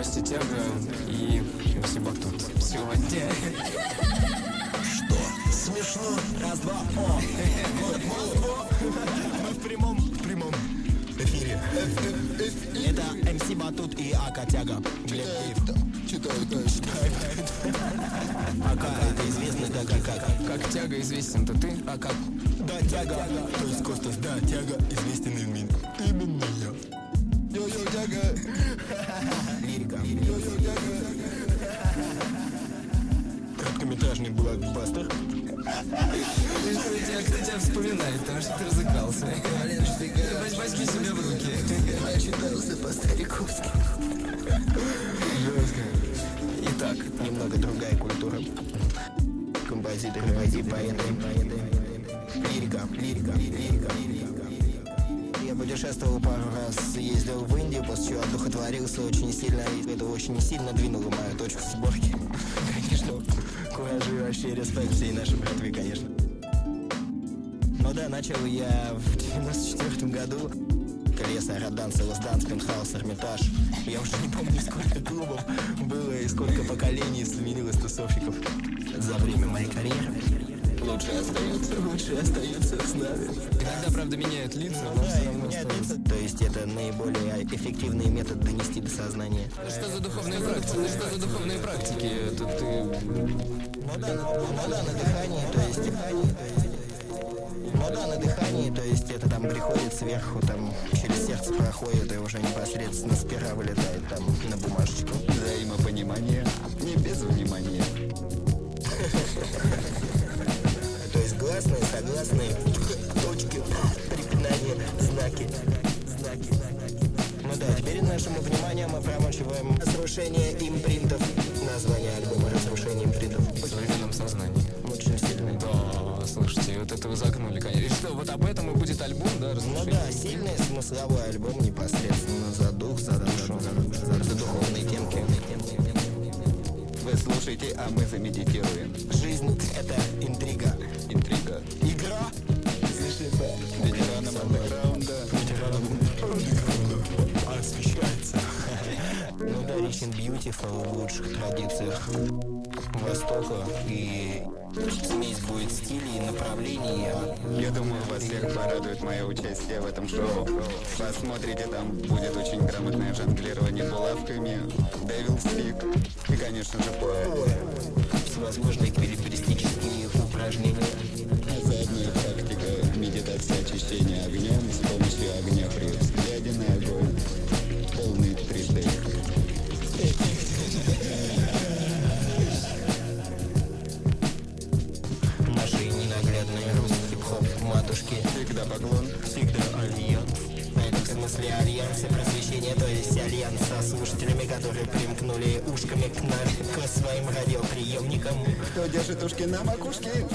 Костя Тяга и МС Батут. Сегодня... Что? Смешно? Раз, два, о! Мы в прямом эфире. Это МС Батут и Ака Тяга. Читает. Ака это известно, да, как Тяга известен, то ты? А как? Да, Тяга. То есть Костас, да, Тяга известен именно я. Йо-йо, Тяга. Лирика. Йо-йо, Тяга. Короткометражный блокбастер. Кто тебя вспоминает, потому что ты разыгрался. Возьми себя в руки. Я читался по-стариковски. Жестко. Итак, немного другая культура. Композиторы, поэты. Лирика. Я путешествовал пару раз, ездил в Индию, после чего одухотворился очень сильно, и это очень сильно двинуло мою точку сборки. Конечно, кураж и вообще респект всей нашей братве, конечно. Ну да, начал я в 94 году. Колеса, Родан, Селесданс, Пентхаус, Эрмитаж. Я уже не помню, сколько клубов было и сколько поколений сменилось тусовщиков за время моей карьеры. Лучше остаются с нами. Иногда, правда, меняют лица, но да, все равно меняют лица. То есть это наиболее эффективный метод донести до сознания. Что за духовные практики? Это ты... Ну да, на дыхании, то есть это там приходит сверху, там через сердце проходит и уже непосредственно спира вылетает там на бумажечку. Взаимопонимание не без внимания. То есть гласные, согласные, точки, препинания, знаки. Ну да, теперь нашему вниманию мы промочиваем разрушение импринтов. Название альбома «Разрушение импринтов». В современном сознании. Очень сильный. Да, слушайте, вот это вы загнули, конечно. И что, вот об этом и будет альбом, да, разрушение? Ну да, сильный смысловой альбом непосредственно за дух, за душу, за духовные темки. Вы слушаете, а мы замедитируем. Жизнь — это интрига. Игра. Ветеранам андеграунда. Освещается. Ну да, Rich and Beautiful в лучших традициях Востока. И смесь будет стилей, направлений. Я думаю, вас всех порадует мое участие в этом шоу. Посмотрите, там будет очень грамотное жонглирование булавками, Devil Stick и, конечно же, поэт. Всевозможные эквилибристические упражнения. А заодно и практика медитации очищения огнем с помощью огня при взгляде на огонь. Полный 3D. Наши ненаглядные русские хип-хоп матушки. Всегда поклон. Всегда альянс. В смысле альянсы просвещения, то есть альянс со слушателями, которые примкнули ушками к своим радиоприемникам. Кто держит ушки на макушке?